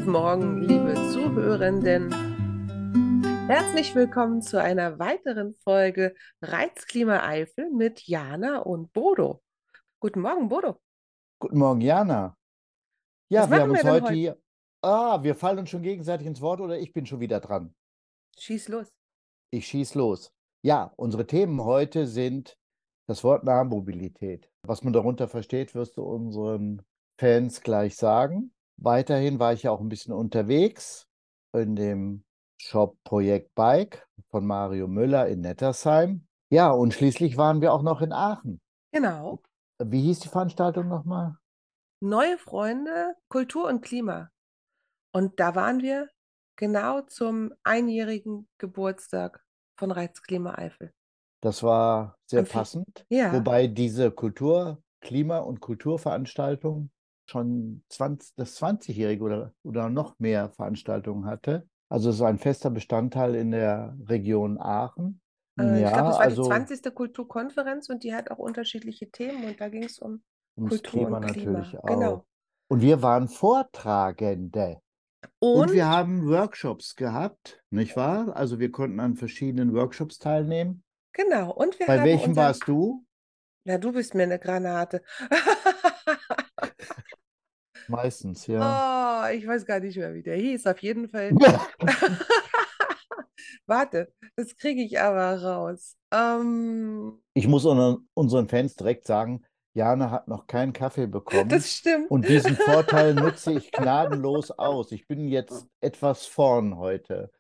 Guten Morgen, liebe Zuhörenden. Herzlich willkommen zu einer weiteren Folge Reizklima Eifel mit Jana und Bodo. Guten Morgen, Bodo. Guten Morgen, Jana. Was Ja, wir machen haben wir uns denn heute heute? hier. Wir fallen uns schon gegenseitig ins Wort oder ich bin schon wieder dran. Schieß los. Ich schieß los. Ja, unsere Themen heute sind das Wort Nahmobilität. Was man darunter versteht, wirst du unseren Fans gleich sagen. Weiterhin war ich ja auch ein bisschen unterwegs in dem Shop Projekt Bike von Mario Müller in Nettersheim. Ja, und schließlich waren wir auch noch in Aachen. Genau. Wie hieß die Veranstaltung nochmal? Neue Freunde, Kultur und Klima. Und da waren wir genau zum einjährigen Geburtstag von Reizklima Eifel. Das war sehr Am passend, Ja, wobei diese Klima- und Kulturveranstaltung schon 20, das 20-jährige oder noch mehr Veranstaltungen hatte. Also es ist ein fester Bestandteil in der Region Aachen. ich glaube, Ja, das war die also 20. Kulturkonferenz und die hat auch unterschiedliche Themen und da ging es um ums Kultur Klima und Klima. natürlich auch. Genau. Und wir waren Vortragende. Und wir Und haben Workshops gehabt, nicht wahr? Also wir konnten an verschiedenen Workshops teilnehmen. genau, und wir Bei haben welchem unseren, warst du? na, du bist mir eine Granate. Meistens, ja. Oh, ich weiß gar nicht mehr, wie der hieß. Auf jeden Fall. Warte, das kriege ich aber raus. Ich muss unseren Fans direkt sagen, Jana hat noch keinen Kaffee bekommen Das stimmt. und diesen Vorteil nutze ich gnadenlos aus. Ich bin jetzt etwas vorn heute.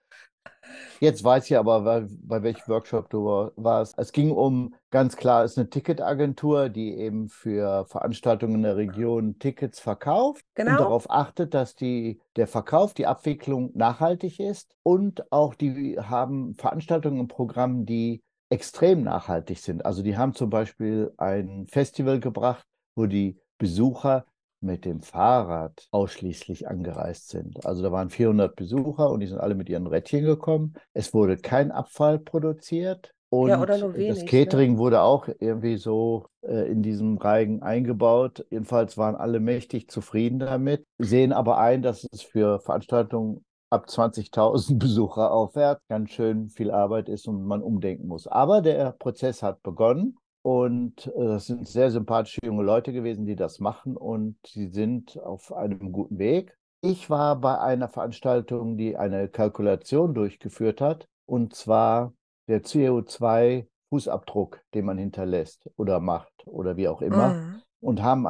Jetzt weiß ich aber, bei welchem Workshop du warst. Es ging um, ganz klar, es ist eine Ticketagentur, die eben für Veranstaltungen in der Region Tickets verkauft und Genau. darauf achtet, dass der Verkauf, die Abwicklung nachhaltig ist. Und auch die haben Veranstaltungen im Programm, die extrem nachhaltig sind. Also die haben zum Beispiel ein Festival gebracht, wo die Besucher mit dem Fahrrad ausschließlich angereist sind. Also da waren 400 Besucher und die sind alle mit ihren Rädchen gekommen. Es wurde kein Abfall produziert Ja, oder und nur das wenig, ne? Catering wurde auch irgendwie so in diesem Reigen eingebaut. Jedenfalls waren alle mächtig zufrieden damit, sehen aber ein, dass es für Veranstaltungen ab 20.000 Besucher aufwärts ganz schön viel Arbeit ist und man umdenken muss. Aber der Prozess hat begonnen. Und das sind sehr sympathische junge Leute gewesen, die das machen und sie sind auf einem guten Weg. Ich war bei einer Veranstaltung, die eine Kalkulation durchgeführt hat, und zwar der CO2-Fußabdruck, den man hinterlässt oder macht oder wie auch immer, Mhm. und haben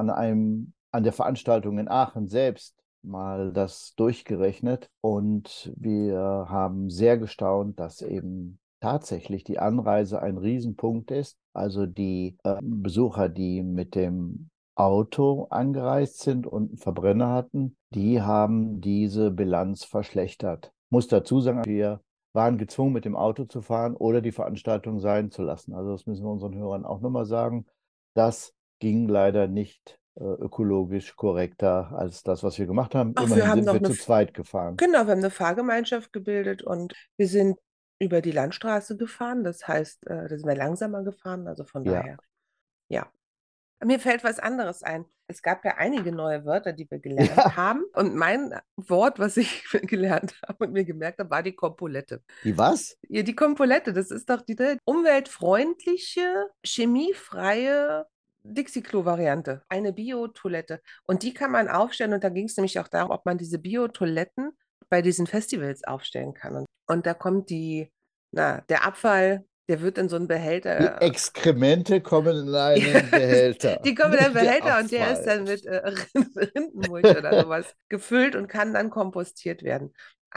an der Veranstaltung in Aachen selbst mal das durchgerechnet und wir haben sehr gestaunt, dass eben tatsächlich die Anreise ein Riesenpunkt ist. Also die Besucher, die mit dem Auto angereist sind und einen Verbrenner hatten, die haben diese Bilanz verschlechtert. Muss dazu sagen, wir waren gezwungen, mit dem Auto zu fahren oder die Veranstaltung sein zu lassen. Also das müssen wir unseren Hörern auch nochmal sagen. Das ging leider nicht ökologisch korrekter als das, was wir gemacht haben. Ach, wir Immerhin haben sind noch wir zu zweit gefahren. genau, wir haben eine Fahrgemeinschaft gebildet und wir sind über die Landstraße gefahren. Das heißt, da sind wir langsamer gefahren. Also von Ja. daher, ja. Mir fällt was anderes ein. Es gab ja einige neue Wörter, die wir gelernt Ja. haben. Und mein Wort, was ich gelernt habe und mir gemerkt habe, war die Kompolette. Die was? Ja, die Kompolette, das ist doch die umweltfreundliche, chemiefreie Dixie-Klo-Variante. Eine Bio-Toilette. Und die kann man aufstellen. Und da ging es nämlich auch darum, ob man diese Bio-Toiletten bei diesen Festivals aufstellen kann. Und da kommt der Abfall, der wird in so einen Die Behälter. Exkremente kommen in einen Behälter. Die kommen in einen Der Behälter und der ist Abfall. dann mit Rindenmulch oder sowas gefüllt und kann dann kompostiert werden.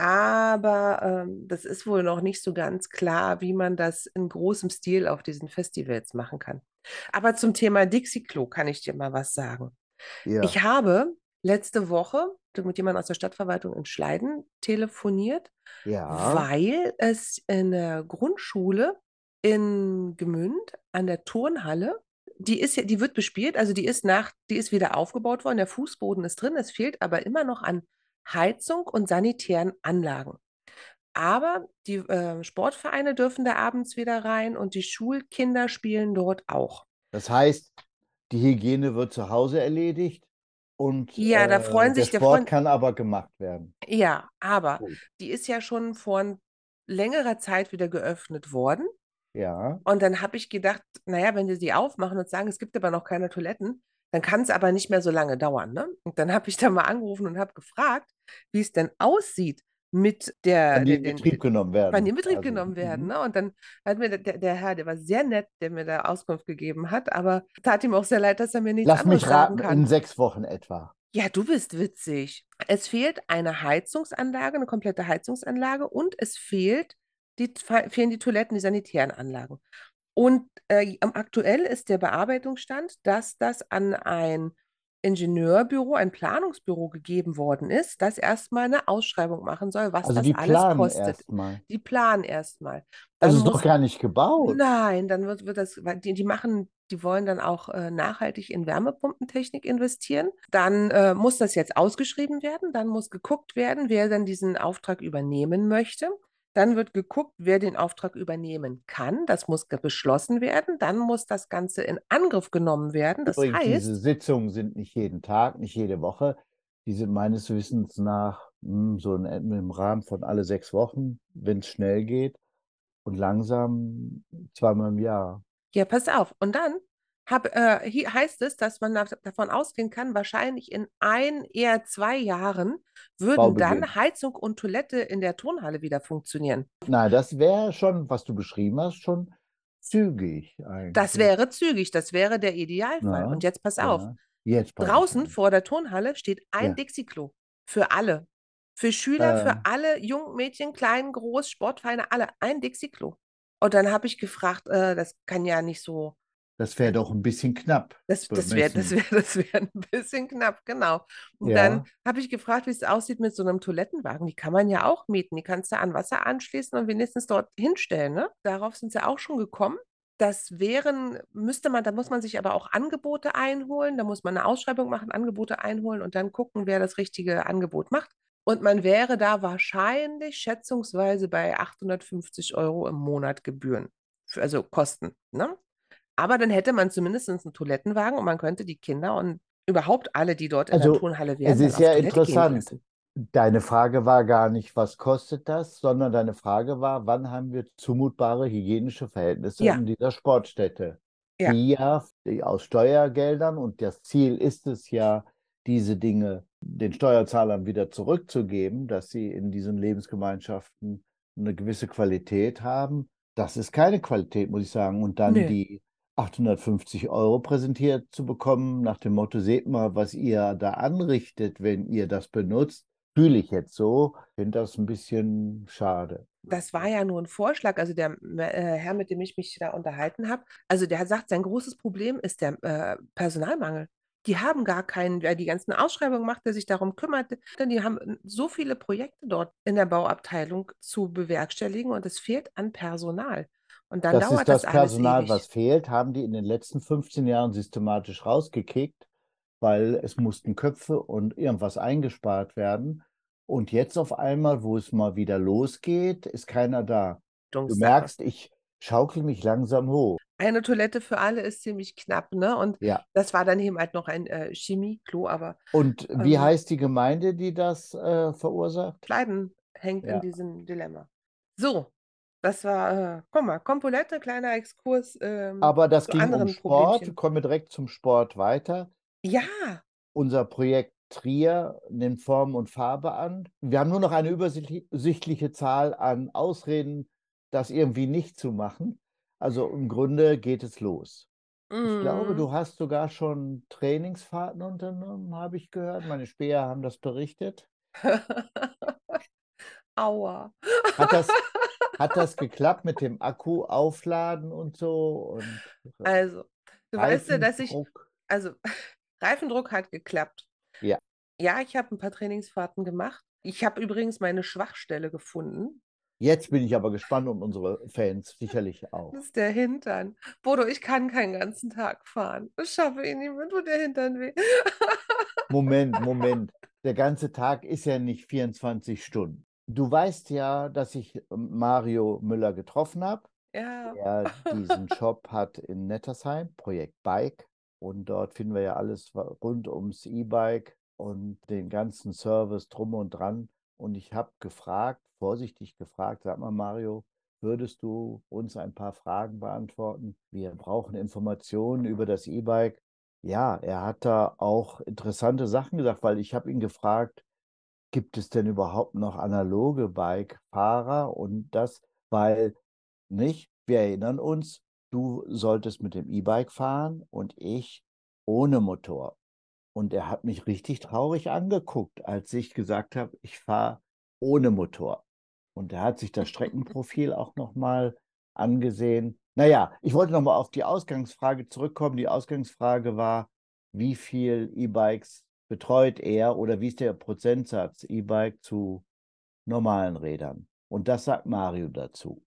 Aber das ist wohl noch nicht so ganz klar, wie man das in großem Stil auf diesen Festivals machen kann. Aber zum Thema Dixie-Klo kann ich dir mal was sagen. Ja, Ich habe letzte Woche mit jemandem aus der Stadtverwaltung in Schleiden telefoniert, ja. weil es in der Grundschule in Gmünd an der Turnhalle, die wird bespielt, also die ist wieder aufgebaut worden, der Fußboden ist drin, es fehlt aber immer noch an Heizung und sanitären Anlagen. Aber die Sportvereine dürfen da abends wieder rein und die Schulkinder spielen dort auch. Das heißt, die Hygiene wird zu Hause erledigt. und Ja, da freuen der sich, der Sport freuen, kann aber gemacht werden. ja, aber Gut. die ist ja schon vor längerer Zeit wieder geöffnet worden. Ja, Und dann habe ich gedacht, naja, wenn die sie aufmachen und sagen, es gibt aber noch keine Toiletten, dann kann es aber nicht mehr so lange dauern, ne? Und dann habe ich da mal angerufen und habe gefragt, wie es denn aussieht mit kann die in Betrieb genommen wann die werden, in Betrieb quasi. genommen werden, Mhm. ne? Und dann hat mir der Herr, der war sehr nett, der mir da Auskunft gegeben hat, aber tat ihm auch sehr leid, dass er mir nichts Lass mich anderes sagen raten, in kann. 6 Wochen etwa. Ja, du bist witzig. Es fehlt eine Heizungsanlage, eine komplette Heizungsanlage und es fehlen die Toiletten, die sanitären Anlagen. Und aktuell ist der Bearbeitungsstand, dass das an ein Ingenieurbüro, ein Planungsbüro gegeben worden ist, das erstmal eine Ausschreibung machen soll, was Also das die alles planen kostet. erstmal. Die planen erstmal. Also Dann es ist noch muss gar nicht gebaut. Nein, dann wird das, weil die wollen dann auch nachhaltig in Wärmepumpentechnik investieren. Dann muss das jetzt ausgeschrieben werden, dann muss geguckt werden, wer dann diesen Auftrag übernehmen möchte. Dann wird geguckt, wer den Auftrag übernehmen kann. Das muss beschlossen werden. Dann muss das Ganze in Angriff genommen werden. Das Übrigens, diese heißt, Sitzungen sind nicht jeden Tag, nicht jede Woche. Die sind meines Wissens nach so im Rahmen von alle 6 Wochen, wenn es schnell geht. Und langsam zweimal im Jahr. ja, pass auf. Und dann hier heißt es, dass man davon ausgehen kann, wahrscheinlich in eher 2 Jahren würden Baubeginn. dann Heizung und Toilette in der Turnhalle wieder funktionieren. Nein, das wäre schon, was du beschrieben hast, schon zügig Das eigentlich. wäre zügig, das wäre der Idealfall. Und Ja, jetzt pass auf. ja. Jetzt passe ich Draußen auf. vor der Turnhalle steht ein Ja. Dixie-Klo für alle. Für Schüler, für Äh, alle jungen Mädchen, klein, groß, Sportvereine, alle. Ein Dixie-Klo. Und dann habe ich gefragt, das kann ja nicht so. Das wäre doch ein bisschen knapp Das bemessen. wäre, das wäre ein bisschen knapp, genau. Und dann Ja, habe ich gefragt, wie es aussieht mit so einem Toilettenwagen. Die kann man ja auch mieten. Die kannst du an Wasser anschließen und wenigstens dort hinstellen, ne? Darauf sind sie auch schon gekommen. Da muss man sich aber auch Angebote einholen. Da muss man eine Ausschreibung machen, Angebote einholen und dann gucken, wer das richtige Angebot macht. Und man wäre da wahrscheinlich schätzungsweise bei 850 € im Monat Gebühren, also Kosten, ne? Aber dann hätte man zumindest einen Toilettenwagen und man könnte die Kinder und überhaupt alle, die dort in der also Turnhalle es wären, dann ist auf ja Toilette gehen interessant. lassen. Deine Frage war gar nicht, was kostet das, sondern deine Frage war, wann haben wir zumutbare hygienische Verhältnisse Ja, in dieser Sportstätte, ja, die aus Steuergeldern, und das Ziel ist es ja, diese Dinge den Steuerzahlern wieder zurückzugeben, dass sie in diesen Lebensgemeinschaften eine gewisse Qualität haben. Das ist keine Qualität, muss ich sagen. Und dann nö. die 850 € präsentiert zu bekommen, nach dem Motto, seht mal, was ihr da anrichtet, wenn ihr das benutzt, fühle ich jetzt so. Ich finde das ein bisschen schade. Das war ja nur ein Vorschlag. Also der Herr, mit dem ich mich da unterhalten habe, also der sagt, sein großes Problem ist der Personalmangel. Die haben gar keinen, wer die ganzen Ausschreibungen macht, der sich darum kümmert. Denn die haben so viele Projekte dort in der Bauabteilung zu bewerkstelligen und es fehlt an Personal. Und dann Das ist dauert das das alles Personal, was ewig. fehlt, haben die in den letzten 15 Jahren systematisch rausgekickt, weil es mussten Köpfe und irgendwas eingespart werden. Und jetzt auf einmal, wo es mal wieder losgeht, ist keiner da. Du Sache. merkst, ich schaukel mich langsam hoch. Eine Toilette für alle ist ziemlich knapp, ne? Und Ja. das war dann eben halt noch ein Chemieklo, aber Und wie ähm, heißt die Gemeinde, die das verursacht? Kleiden hängt in Ja. diesem Dilemma. So, das war, guck mal, Kompolette, kleiner Exkurs Aber das zu ging um anderen Sport. Problemchen. Kommen wir direkt zum Sport weiter. Ja, Unser Projekt Trier nimmt Form und Farbe an. Wir haben nur noch eine übersichtliche Zahl an Ausreden, das irgendwie nicht zu machen. Also im Grunde geht es los. Ich glaube, mm. du hast sogar schon Trainingsfahrten unternommen, habe ich gehört. Meine Späher haben das berichtet. Aua. Hat das, hat das geklappt mit dem Akku aufladen und so und Also, du weißt ja, dass Reifendruck? also Reifendruck hat geklappt. Ja. Ja, ich habe ein paar Trainingsfahrten gemacht. Ich habe übrigens meine Schwachstelle gefunden. Jetzt bin ich aber gespannt und unsere Fans sicherlich Das auch. ist der Hintern. Bodo, ich kann keinen ganzen Tag fahren. Ich schaffe ihn nicht, mir tut der Hintern weh. Moment, Moment. Der ganze Tag ist ja nicht 24 Stunden. Du weißt ja, dass ich Mario Müller getroffen habe, Ja. der diesen Shop hat in Nettersheim, Projekt Bike. und dort finden wir ja alles rund ums E-Bike und den ganzen Service drum und dran. Und ich habe gefragt, vorsichtig gefragt, sag mal, Mario, würdest du uns ein paar Fragen beantworten? Wir brauchen Informationen über das E-Bike. Ja, er hat da auch interessante Sachen gesagt, weil ich habe ihn gefragt, gibt es denn überhaupt noch analoge Bike-Fahrer? Und das, weil nicht, wir erinnern uns, du solltest mit dem E-Bike fahren und ich ohne Motor. Und er hat mich richtig traurig angeguckt, als ich gesagt habe, ich fahre ohne Motor. Und er hat sich das Streckenprofil auch nochmal angesehen. Naja, ich wollte nochmal auf die Ausgangsfrage zurückkommen. Die Ausgangsfrage war, wie viel E-Bikes betreut er oder wie ist der Prozentsatz E-Bike zu normalen Rädern? Und das sagt Mario dazu.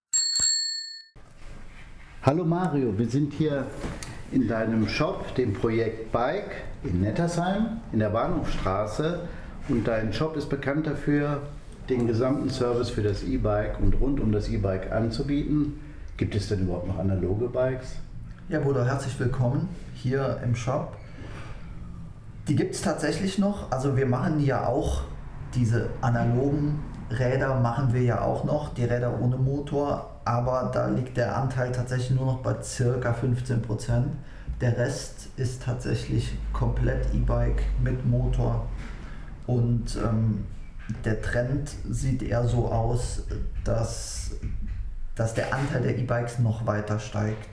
Hallo Mario, wir sind hier in deinem Shop, dem Projekt Bike in Nettersheim, in der Bahnhofstraße. Und dein Shop ist bekannt dafür, den gesamten Service für das E-Bike und rund um das E-Bike anzubieten. Gibt es denn überhaupt noch analoge Bikes? Ja, Bruder, herzlich willkommen hier im Shop. Die gibt es tatsächlich noch. Also wir machen ja auch diese analogen Räder, machen wir ja auch noch, die Räder ohne Motor. Aber da liegt der Anteil tatsächlich nur noch bei ca. 15%. Der Rest ist tatsächlich komplett E-Bike mit Motor. Und der Trend sieht eher so aus, dass der Anteil der E-Bikes noch weiter steigt.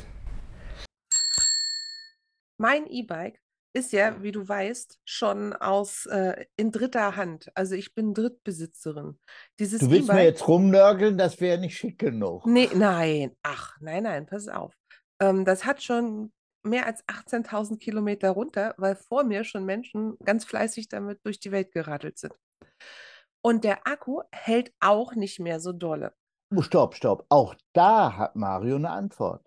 Mein E-Bike ist ja, wie du weißt, schon in dritter Hand. Also ich bin Drittbesitzerin. Dieses Du willst mir E-Bike. jetzt rumnörgeln, das wäre nicht schick genug. Nee, nein. Ach, nein, nein, pass auf. Das hat schon mehr als 18.000 Kilometer runter, weil vor mir schon Menschen ganz fleißig damit durch die Welt geradelt sind. Und der Akku hält auch nicht mehr so dolle. Oh, stopp, stopp. Auch da hat Mario eine Antwort.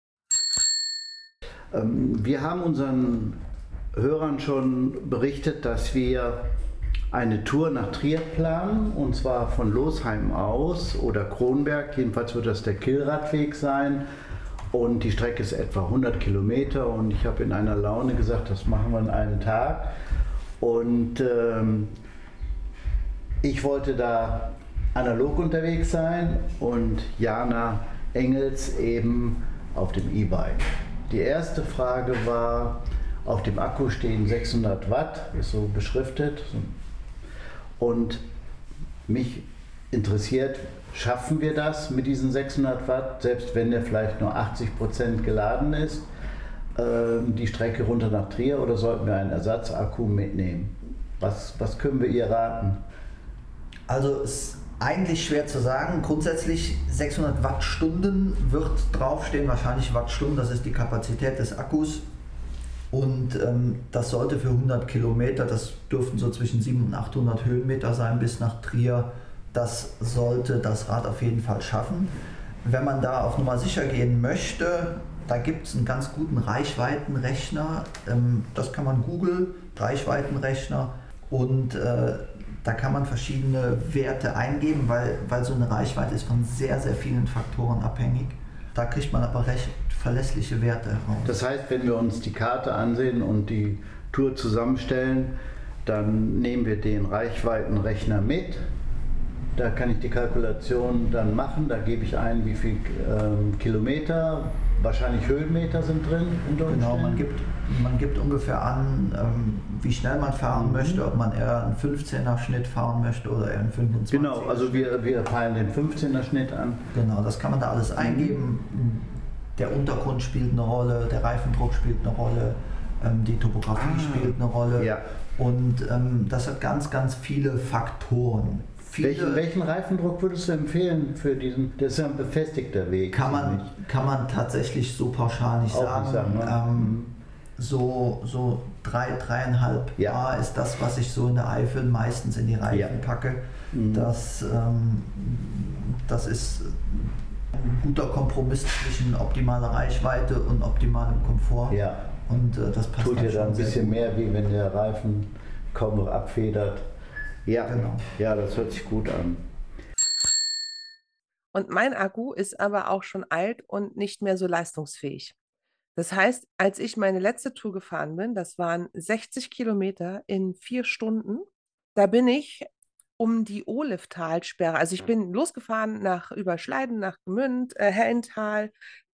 Wir haben unseren Hörern schon berichtet, dass wir eine Tour nach Trier planen, und zwar von Losheim aus oder Kronberg. Jedenfalls wird das der Killradweg sein. Und die Strecke ist etwa 100 Kilometer. Und ich habe in einer Laune gesagt, das machen wir in einem Tag. Und ich wollte da analog unterwegs sein und Jana Engels eben auf dem E-Bike. Die erste Frage war, auf dem Akku stehen 600 Watt, ist so beschriftet. Und mich interessiert, schaffen wir das mit diesen 600 Watt, selbst wenn der vielleicht nur 80% geladen ist, die Strecke runter nach Trier, oder sollten wir einen Ersatzakku mitnehmen? Was können wir ihr raten? Also ist eigentlich schwer zu sagen. Grundsätzlich 600 Wattstunden wird draufstehen, wahrscheinlich Wattstunden, das ist die Kapazität des Akkus. Und das sollte für 100 Kilometer, das dürften so zwischen 700 und 800 Höhenmeter sein bis nach Trier, das sollte das Rad auf jeden Fall schaffen. Wenn man da auf Nummer sicher gehen möchte, da gibt es einen ganz guten Reichweitenrechner, das kann man googeln, Reichweitenrechner, und da kann man verschiedene Werte eingeben, weil so eine Reichweite ist von sehr, sehr vielen Faktoren abhängig. Da kriegt man aber recht verlässliche Werte heraus. Das heißt, wenn wir uns die Karte ansehen und die Tour zusammenstellen, dann nehmen wir den Reichweitenrechner mit. Da kann ich die Kalkulation dann machen. Da gebe ich ein, wie viel Kilometer, wahrscheinlich Höhenmeter sind drin. Genau, man gibt ungefähr an, wie schnell man fahren möchte, ob man eher einen 15er Schnitt fahren möchte oder eher einen 25er. Genau, also wir peilen den 15er Schnitt an. Genau, das kann man da alles eingeben. Der Untergrund spielt eine Rolle, der Reifendruck spielt eine Rolle, die Topografie spielt eine Rolle. Ja. Und das hat ganz, ganz viele Faktoren. Welchen Reifendruck würdest du empfehlen für diesen? Das ist ja ein befestigter Weg. Kann man tatsächlich so pauschal nicht sagen. Ne? So 3,5 ja. Bar ist das, was ich so in der Eifel meistens in die Reifen packe. Das ist ein guter Kompromiss zwischen optimaler Reichweite und optimalem Komfort. Ja. Und das passt. Tut dir dann ein bisschen mehr, wie wenn der Reifen kaum noch abfedert. Ja, genau. Ja, das hört sich gut an. Und mein Akku ist aber auch schon alt und nicht mehr so leistungsfähig. Das heißt, als ich meine letzte Tour gefahren bin, das waren 60 Kilometer in 4 Stunden, da bin ich um die Oliftalsperre, also ich bin losgefahren über Schleiden, nach Gmünd, Hellental,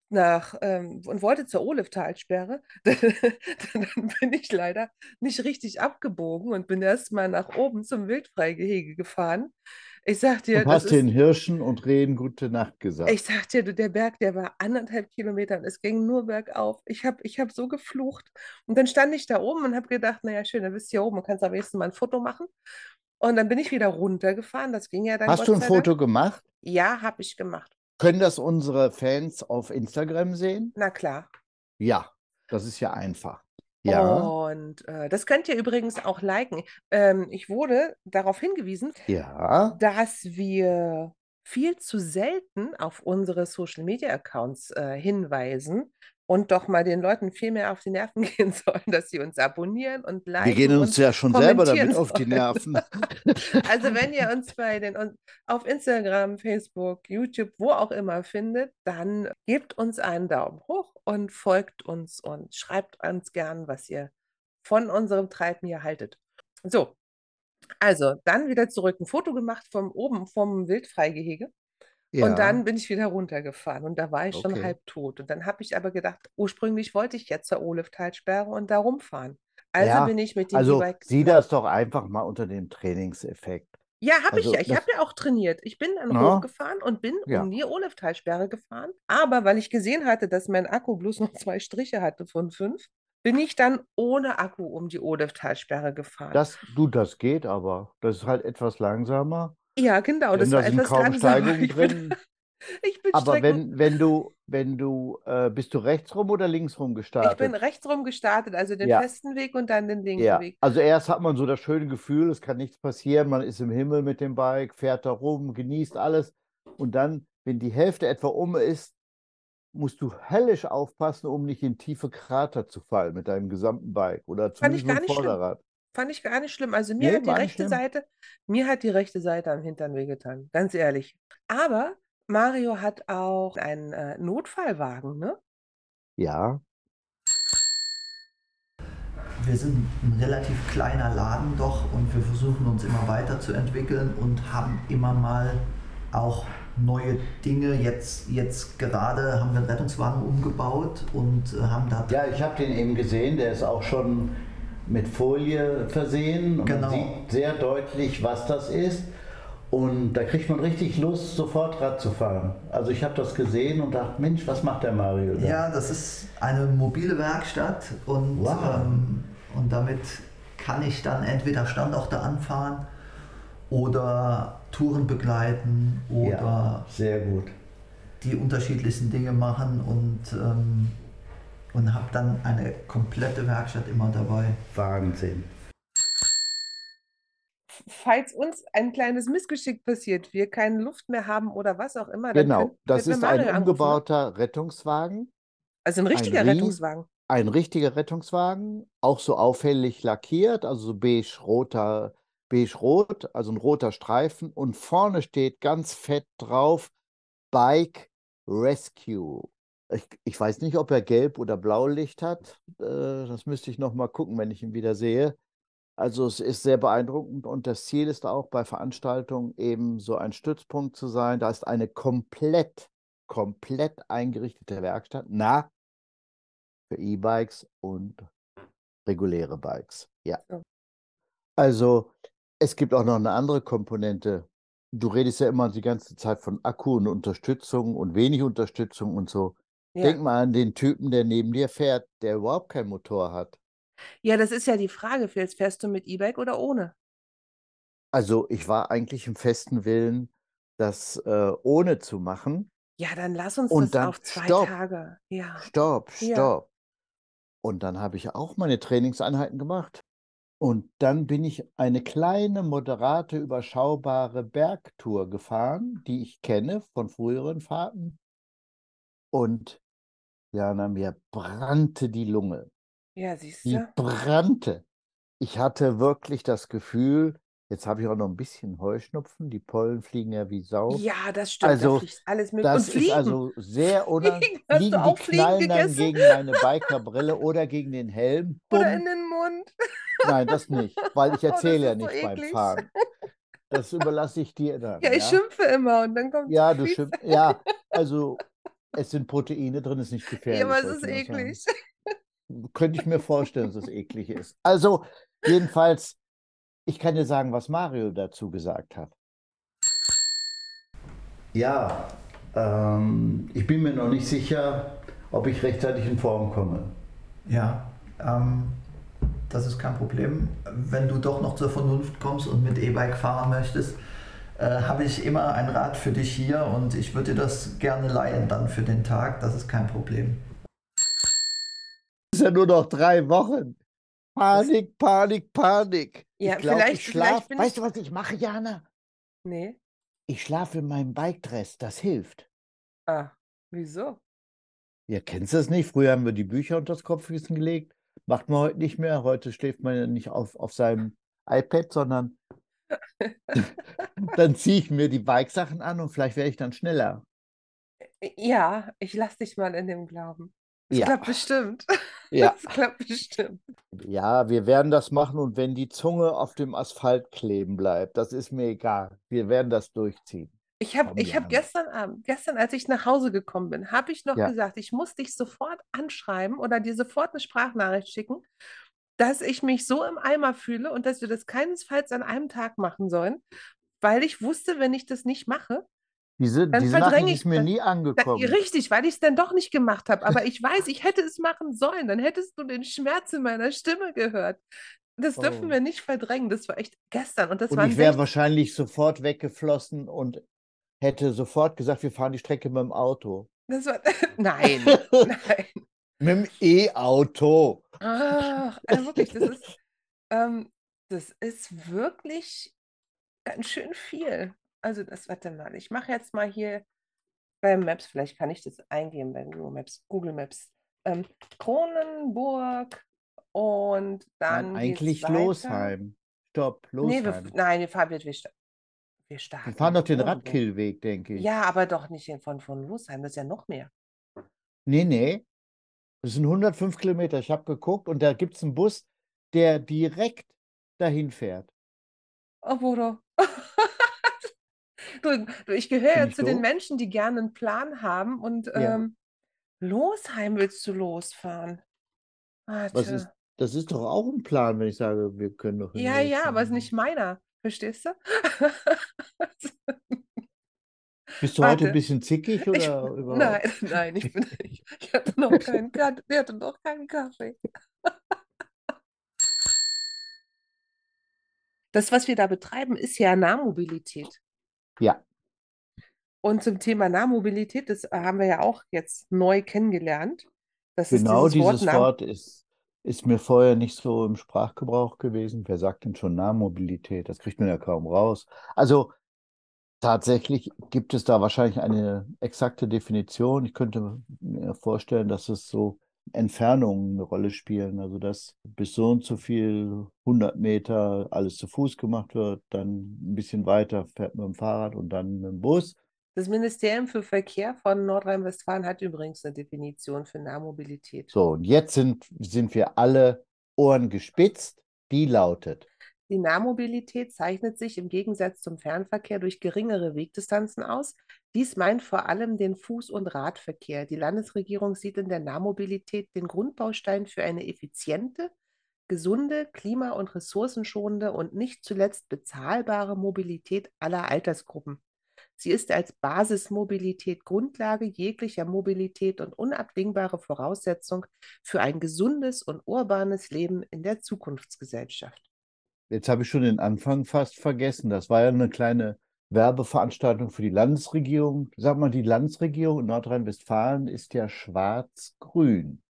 und wollte zur Oliftalsperre. Dann bin ich leider nicht richtig abgebogen und bin erst mal nach oben zum Wildfreigehege gefahren. Ich sag dir, Und hast den Hirschen und Rehen gute Nacht gesagt. der Berg, der war 1,5 Kilometer und es ging nur bergauf. Ich hab so geflucht. Und dann stand ich da oben und habe gedacht, naja, schön, dann bist du hier oben und kannst am nächsten Mal ein Foto machen. Und dann bin ich wieder runtergefahren. Das ging ja dann Hast du Gott ein sei Dank. Foto gemacht? Ja, habe ich gemacht. Können das unsere Fans auf Instagram sehen? Na klar. Ja, das ist ja einfach. Ja, Und das könnt ihr übrigens auch liken. Ich wurde darauf hingewiesen, ja. dass wir viel zu selten auf unsere Social-Media-Accounts hinweisen und doch mal den Leuten viel mehr auf die Nerven gehen sollen, dass sie uns abonnieren und Wir gehen liken uns und ja schon selber kommentieren damit auf die sollen. Nerven. Also wenn ihr uns auf Instagram, Facebook, YouTube, wo auch immer findet, dann gebt uns einen Daumen hoch und folgt uns und schreibt uns gern, was ihr von unserem Treiben hier haltet. So, also dann wieder zurück, ein Foto gemacht vom Wildfreigehege. Und Ja, dann bin ich wieder runtergefahren und da war ich schon okay. halb tot. Und dann habe ich aber gedacht, ursprünglich wollte ich jetzt zur Oliftalsperre und da rumfahren. Also bin Ja, ich mit dem also E-Bike sieh nach. das doch einfach mal unter dem Trainingseffekt. Ja, habe ich ja. Also Ich habe das, ja auch trainiert. Ich bin dann na, hochgefahren und bin um ja, die Oliftalsperre gefahren. Aber weil ich gesehen hatte, dass mein Akku bloß noch 2 Striche hatte von 5, bin ich dann ohne Akku um die Oliftalsperre gefahren. das geht, aber das ist halt etwas langsamer, Ja, genau, denn das da war sind etwas kaum langsamer. Steigungen drin. Ich bin Aber Strecken, bist du rechts rum oder links rum ich bin gestartet? rechtsrum gestartet, also den Ja, festen Weg und dann den linken ja. Weg. Also erst hat man so das schöne Gefühl, es kann nichts passieren, man ist im Himmel mit dem Bike, fährt da rum, genießt alles. Und dann, wenn die Hälfte etwa um ist, musst du höllisch aufpassen, um nicht in tiefe Krater zu fallen mit deinem gesamten Bike oder Fand ich zumindest mit gar dem nicht schlimm. Vorderrad. Fand ich gar nicht schlimm. Also Nee, war nicht schlimm. Mir hat die rechte Seite am Hintern wehgetan, ganz ehrlich. Aber Mario hat auch einen Notfallwagen, ne? Ja, Wir sind ein relativ kleiner Laden doch und wir versuchen uns immer weiterzuentwickeln und haben immer mal auch neue Dinge. Jetzt gerade haben wir einen Rettungswagen umgebaut und haben da. ja, ich habe den eben gesehen, der ist auch schon mit Folie versehen und Genau. man sieht sehr deutlich, was das ist. Und da kriegt man richtig Lust, sofort Rad zu fahren. Also ich habe das gesehen und dachte, Mensch, was macht der Mario da? Ja, das ist eine mobile Werkstatt und, Wow. und damit kann ich dann entweder Standorte anfahren oder Touren begleiten oder Ja, sehr gut. die unterschiedlichsten Dinge machen und habe dann eine komplette Werkstatt immer dabei. Wahnsinn. Falls uns ein kleines Missgeschick passiert, wir keine Luft mehr haben oder was auch immer, dann Genau, das könnten wir ist ein Mario anrufen, ne? umgebauter Rettungswagen, Also ein ein, richtiger ries Rettungswagen. ein richtiger Rettungswagen, auch so auffällig lackiert, also so beige-rot, also ein roter Streifen und vorne steht ganz fett drauf Bike Rescue. Ich weiß nicht, ob er gelb oder blaulicht hat. Das müsste ich noch mal gucken, wenn ich ihn wieder sehe. Also es ist sehr beeindruckend und das Ziel ist auch bei Veranstaltungen eben so ein Stützpunkt zu sein. Da ist eine komplett eingerichtete Werkstatt, für E-Bikes und reguläre Bikes. Ja. So. Also es gibt auch noch eine andere Komponente. Du redest ja immer die ganze Zeit von Akku und Unterstützung und wenig Unterstützung und so. Denk Ja. mal an den Typen, der neben dir fährt, der überhaupt keinen Motor hat. Ja, das ist ja die Frage, Fels, fährst du mit E-Bike oder ohne? Also ich war eigentlich im festen Willen, das ohne zu machen. Ja, dann lass uns Und das dann auf zwei stopp, Tage. Ja, stopp, ja. stopp. Und dann habe ich auch meine Trainingseinheiten gemacht. Und dann bin ich eine kleine, moderate, überschaubare Bergtour gefahren, die ich kenne von früheren Fahrten. Und Jana, mir brannte die Lunge. Ja, siehst Die du? brannte. Ich hatte wirklich das Gefühl, Jetzt habe ich auch noch ein bisschen Heuschnupfen. Die Pollen fliegen ja wie Sau. Ja, das stimmt, da Also, fließt alles mit. Und das ist Fliegen. also sehr Fliegen. Hast du Fliegen, die auch Fliegen knallen dann gegessen? gegen meine Bikerbrille oder gegen den Helm. Oder in Bumm. den Mund? Nein, das nicht, weil ich Oh, das erzähle ja ist so nicht beim eklig. Fahren. Das überlasse ich dir Ja, dann, ich ja? schimpfe immer und dann kommt Ja, du fließt. schimpfst. Ja, also es sind Proteine drin, ist nicht Ja, aber gefährlich, es wollte ist ich nur sagen. eklig. Könnte ich mir vorstellen, dass es eklig ist. Also, jedenfalls, ich kann dir sagen, was Mario dazu gesagt hat. Ja, ich bin mir noch nicht sicher, ob ich rechtzeitig in Form komme. Ja, das ist kein Problem. Wenn du doch noch zur Vernunft kommst und mit E-Bike fahren möchtest, habe ich immer ein Rad für dich hier und ich würde dir das gerne leihen dann für den Tag. Das ist kein Problem. Es ist ja nur noch 3 Wochen. Das, Panik, Panik, Panik. Ich ja, glaube, ich vielleicht schlafe. bin Weißt ich. du, was ich mache, Jana? Nee. Ich schlafe in meinem Bike-Dress. Das hilft. Ah, wieso? Ihr kennt das nicht? Früher haben wir die Bücher unter das Kopfkissen gelegt. Macht man heute nicht mehr. Heute schläft man ja nicht auf seinem iPad, sondern dann ziehe ich mir die Bike-Sachen an und vielleicht werde ich dann schneller. Ja, ich lass dich mal in dem Glauben. Es Ja, klappt bestimmt. ja, Es klappt bestimmt. ja, wir werden das machen und wenn die Zunge auf dem Asphalt kleben bleibt, das ist mir egal. Wir werden das durchziehen. Komm, Ich hab Jana. gestern Abend, gestern, als ich nach Hause gekommen bin, habe ich noch Ja, gesagt, ich muss dich sofort anschreiben oder dir sofort eine Sprachnachricht schicken, dass ich mich so im Eimer fühle und dass wir das keinesfalls an einem Tag machen sollen, weil ich wusste, wenn ich das nicht mache, dann diese Nachricht verdränge ist ich mir das. nie angekommen. Richtig, weil ich es dann doch nicht gemacht habe. Aber ich weiß, ich hätte es machen sollen. Dann hättest du den Schmerz in meiner Stimme gehört. Das dürfen Oh. wir nicht verdrängen. Das war echt gestern. Und das Und waren ich wäre 60. wahrscheinlich sofort weggeflossen und hätte sofort gesagt, wir fahren die Strecke mit dem Auto. Das war, nein, nein. Mit dem E-Auto. Ach, wirklich, ähm, das ist wirklich ganz schön viel. Also warte mal, ich mache jetzt mal hier bei Maps, vielleicht kann ich das eingeben bei Google Maps. Ähm, Kronenburg und Nein, dann geht es eigentlich weiter. Losheim. Stopp, Nee, Losheim. nein, wir Wir starten fahren in doch den Kronenburg. Radkillweg, denke ich. Ja, aber doch nicht von Losheim, das ist ja noch mehr. Nee, nee. Das sind 105 Kilometer. Ich habe geguckt und da gibt es einen Bus, der direkt dahin fährt. Oh, Bodo. Ich gehöre Bin ja ich zu den doof? Menschen, die gerne einen Plan haben und Ja. Losheim willst du losfahren. Was ist, Warte. das ist doch auch ein Plan, wenn ich sage, wir können doch in Ja, ja, aber ist nicht Losheim. meiner. Verstehst du? Bist du heute ein Warte. bisschen zickig oder Nein, überhaupt? nein, ich hatte noch keinen Kaffee. Wir hatten noch keinen Kaffee. Das, was wir da betreiben, ist ja Nahmobilität. Ja, Und zum Thema Nahmobilität, das haben wir ja auch jetzt neu kennengelernt. Das ist genau dieses Wort dieses Wort ist mir vorher nicht so im Sprachgebrauch gewesen. Wer sagt denn schon Nahmobilität? Das kriegt man ja kaum raus. Also tatsächlich gibt es da wahrscheinlich eine exakte Definition. Ich könnte mir vorstellen, dass es so Entfernungen eine Rolle spielen. Also dass bis so und so viel 100 Meter alles zu Fuß gemacht wird, dann ein bisschen weiter fährt man mit dem Fahrrad und dann mit dem Bus. Das Ministerium für Verkehr von Nordrhein-Westfalen hat übrigens eine Definition für Nahmobilität. So, und jetzt sind wir alle Ohren gespitzt. Die lautet, Die Nahmobilität zeichnet sich im Gegensatz zum Fernverkehr durch geringere Wegdistanzen aus. Dies meint vor allem den Fuß- und Radverkehr. Die Landesregierung sieht in der Nahmobilität den Grundbaustein für eine effiziente, gesunde, klima- und ressourcenschonende und nicht zuletzt bezahlbare Mobilität aller Altersgruppen. Sie ist als Basismobilität Grundlage jeglicher Mobilität und unabdingbare Voraussetzung für ein gesundes und urbanes Leben in der Zukunftsgesellschaft. jetzt habe ich schon den Anfang fast vergessen. Das war ja eine kleine Werbeveranstaltung für die Landesregierung. Sag mal, die Landesregierung in Nordrhein-Westfalen ist ja schwarz-grün.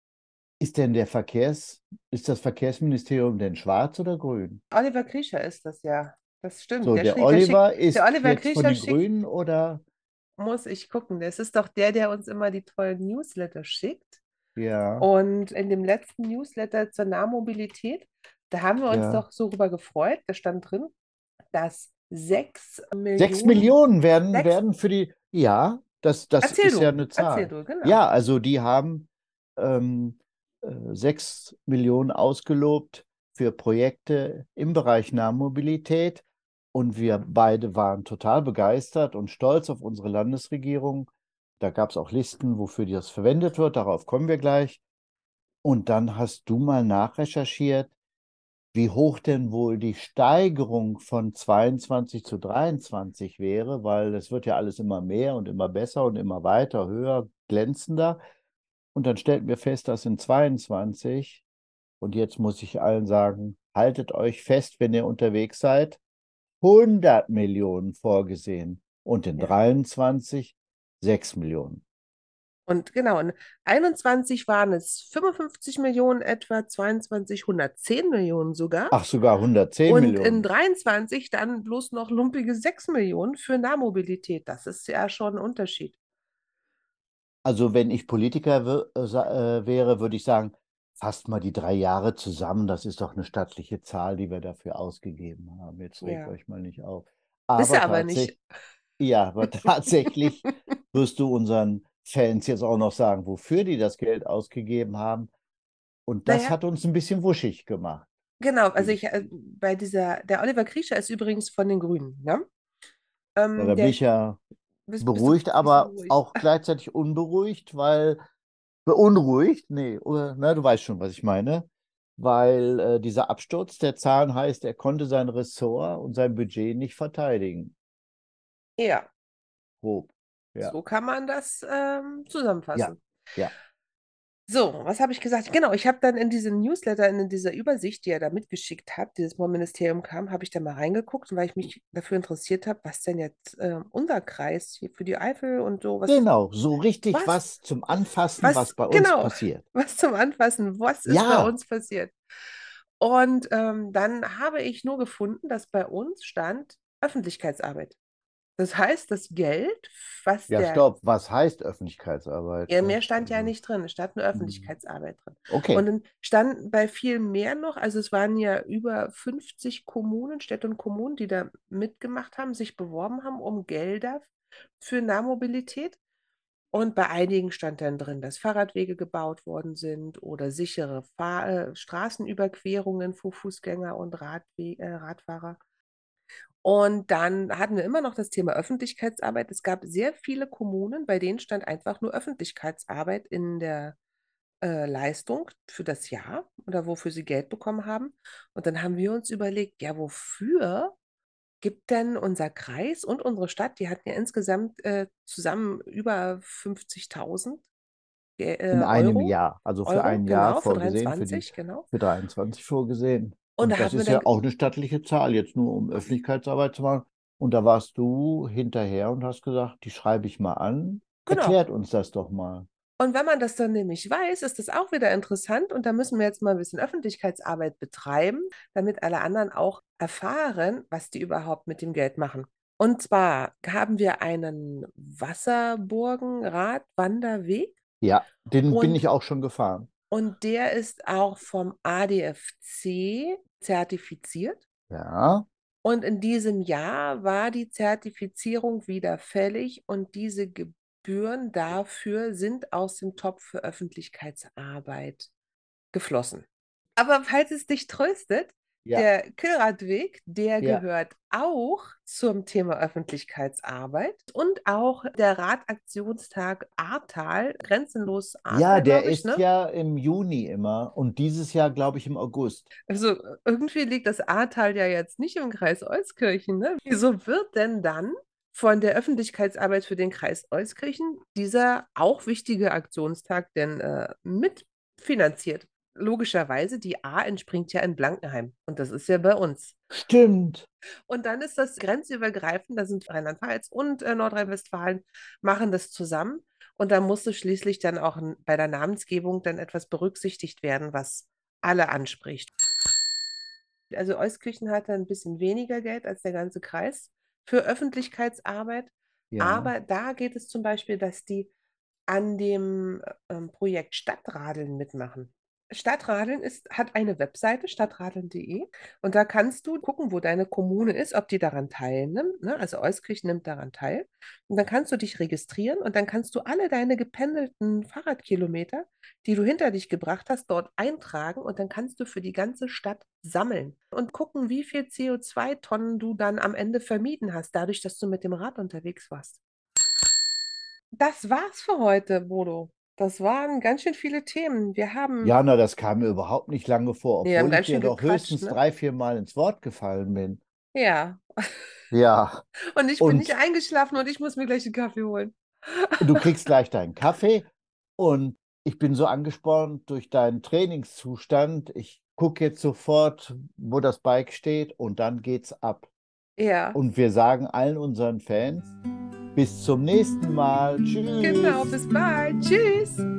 Ist das Verkehrsministerium denn schwarz oder grün? Oliver Krischer ist das ja. Das stimmt. So, der Der schickt, Oliver der ist Oliver jetzt von Krischer den schickt, Grünen oder? muss ich gucken. Das ist doch der, der uns immer die tollen Newsletter schickt. Ja, Und in dem letzten Newsletter zur Nahmobilität, da haben wir uns ja. doch so rüber gefreut. Da stand drin, dass 6 6 Millionen, Millionen 6, werden für die, ja, das ist ja eine erzähl Zahl. du, genau. Ja, also die haben ähm, 6 Millionen ausgelobt für Projekte im Bereich Nahmobilität. Und wir beide waren total begeistert und stolz auf unsere Landesregierung. Da gab es auch Listen, wofür das verwendet wird. Darauf kommen wir gleich. Und dann hast du mal nachrecherchiert, wie hoch denn wohl die Steigerung von 22 zu 23 wäre, weil es wird ja alles immer mehr und immer besser und immer weiter, höher, glänzender. Und dann stellten wir fest, dass in 22, und jetzt muss ich allen sagen, haltet euch fest, wenn ihr unterwegs seid, 100 Millionen vorgesehen und in Ja. 23 6 Millionen. Und genau, in 21 waren es 55 Millionen etwa, 22 110 Millionen sogar. Ach, sogar 110 Und in Millionen. 23 dann bloß noch lumpige 6 Millionen für Nahmobilität. Das ist ja schon ein Unterschied. Also wenn ich Politiker wäre, würde ich sagen, fasst mal die 3 Jahre zusammen. Das ist doch eine stattliche Zahl, die wir dafür ausgegeben haben. Jetzt regt Ja. euch mal nicht auf. Bist du Aber aber nicht. tatsächlich, ja, aber tatsächlich wirst du unseren Fans jetzt auch noch sagen, wofür die das Geld ausgegeben haben. Und das Naja, hat uns ein bisschen wuschig gemacht, genau. Also gebe ich, ich zu. der Oliver Kriescher ist übrigens von den Grünen, ne? Ja, da bin Der, ich ja bist du beruhigt, bisschen aber beruhigt. auch gleichzeitig unberuhigt, weil beunruhigt, nee, oder, na, du weißt schon, was ich meine, weil dieser Absturz der Zahlen heißt, er konnte sein Ressort und sein Budget nicht verteidigen. Ja, Grob. Ja, so kann man das ja, zusammenfassen. ja. So, was habe ich gesagt? Genau, ich habe dann in diesem Newsletter, in dieser Übersicht, die er da mitgeschickt hat, die das Ministerium kam, habe ich da mal reingeguckt, weil ich mich dafür interessiert habe, was denn jetzt unser Kreis hier für die Eifel und so, Genau, so richtig was, was zum Anfassen, was bei uns genau, passiert. was zum Anfassen, was ist bei Ja, uns passiert? Und dann habe ich nur gefunden, dass bei uns stand Öffentlichkeitsarbeit. Das heißt, das Geld, was ja, der stopp. Was heißt Öffentlichkeitsarbeit? Ja, mehr Das, stand ja also, nicht drin. Es stand nur hm, Öffentlichkeitsarbeit drin. Und okay. dann stand bei viel mehr noch, also es waren ja über 50 Kommunen, Städte und Kommunen, die da mitgemacht haben, sich beworben haben um Gelder für Nahmobilität. Und bei einigen stand dann drin, dass Fahrradwege gebaut worden sind oder sichere Straßenüberquerungen für Fußgänger und Radfahrer. Und dann hatten wir immer noch das Thema Öffentlichkeitsarbeit. Es gab sehr viele Kommunen, bei denen stand einfach nur Öffentlichkeitsarbeit in der Leistung für das Jahr oder wofür sie Geld bekommen haben. Und dann haben wir uns überlegt, ja, wofür gibt denn unser Kreis und unsere Stadt, die hatten ja insgesamt zusammen über 50.000 In einem Euro, Jahr, also für ein Jahr genau, für vorgesehen, 23, genau. für 23 vorgesehen. Und Und da das haben wir ist dann, ja auch eine stattliche Zahl, jetzt nur um Öffentlichkeitsarbeit zu machen. Und da warst du hinterher und hast gesagt, die schreibe ich mal an. genau. Erklärt uns das doch mal. Und wenn man das dann nämlich weiß, ist das auch wieder interessant und da müssen wir jetzt mal ein bisschen Öffentlichkeitsarbeit betreiben, damit alle anderen auch erfahren, was die überhaupt mit dem Geld machen. Und zwar haben wir einen Wasserburgen-Radwanderweg Ja, den bin und, ich auch schon gefahren. und der ist auch vom ADFC zertifiziert. Ja, Und in diesem Jahr war die Zertifizierung wieder fällig und diese Gebühren dafür sind aus dem Topf für Öffentlichkeitsarbeit geflossen. Aber falls es dich tröstet, ja, der Kühlradweg, der ja. gehört auch zum Thema Öffentlichkeitsarbeit und auch der Radaktionstag Ahrtal, grenzenlos Ja, Ahrtal, der glaube ich, ist ne? ja im Juni immer und dieses Jahr, glaube ich, im August. Also irgendwie liegt das Ahrtal ja jetzt nicht im Kreis Euskirchen, ne? Wieso wird denn dann von der Öffentlichkeitsarbeit für den Kreis Euskirchen dieser auch wichtige Aktionstag denn mitfinanziert? Logischerweise, die A entspringt ja in Blankenheim und das ist ja bei uns. Stimmt. Und dann ist das grenzübergreifend, da sind Rheinland-Pfalz und Nordrhein-Westfalen machen das zusammen und da musste schließlich dann auch bei der Namensgebung dann etwas berücksichtigt werden, was alle anspricht. Also Euskirchen hatte ein bisschen weniger Geld als der ganze Kreis für Öffentlichkeitsarbeit. Ja. Aber da geht es zum Beispiel, dass die an dem Projekt Stadtradeln mitmachen. Stadtradeln hat eine Webseite, stadtradeln.de, und da kannst du gucken, wo deine Kommune ist, ob die daran teilnimmt. Ne? Also Euskirchen nimmt daran teil. Und dann kannst du dich registrieren und dann kannst du alle deine gependelten Fahrradkilometer, die du hinter dich gebracht hast, dort eintragen und dann kannst du für die ganze Stadt sammeln und gucken, wie viel CO2-Tonnen du dann am Ende vermieden hast, dadurch, dass du mit dem Rad unterwegs warst. Das war's für heute, Bodo. Das waren ganz schön viele Themen. Jana, das kam mir überhaupt nicht lange vor, Wir haben obwohl ich ganz dir schön doch gequatscht, höchstens ne? 3, 4 Mal ins Wort gefallen bin. Ja. Ja, Und ich bin nicht und eingeschlafen und ich muss mir gleich einen Kaffee holen. du kriegst gleich deinen Kaffee und ich bin so angespornt durch deinen Trainingszustand. Ich gucke jetzt sofort, wo das Bike steht und dann geht's ab. Ja, Und wir sagen allen unseren Fans, bis zum nächsten Mal. genau. Tschüss. Bis bald. Tschüss.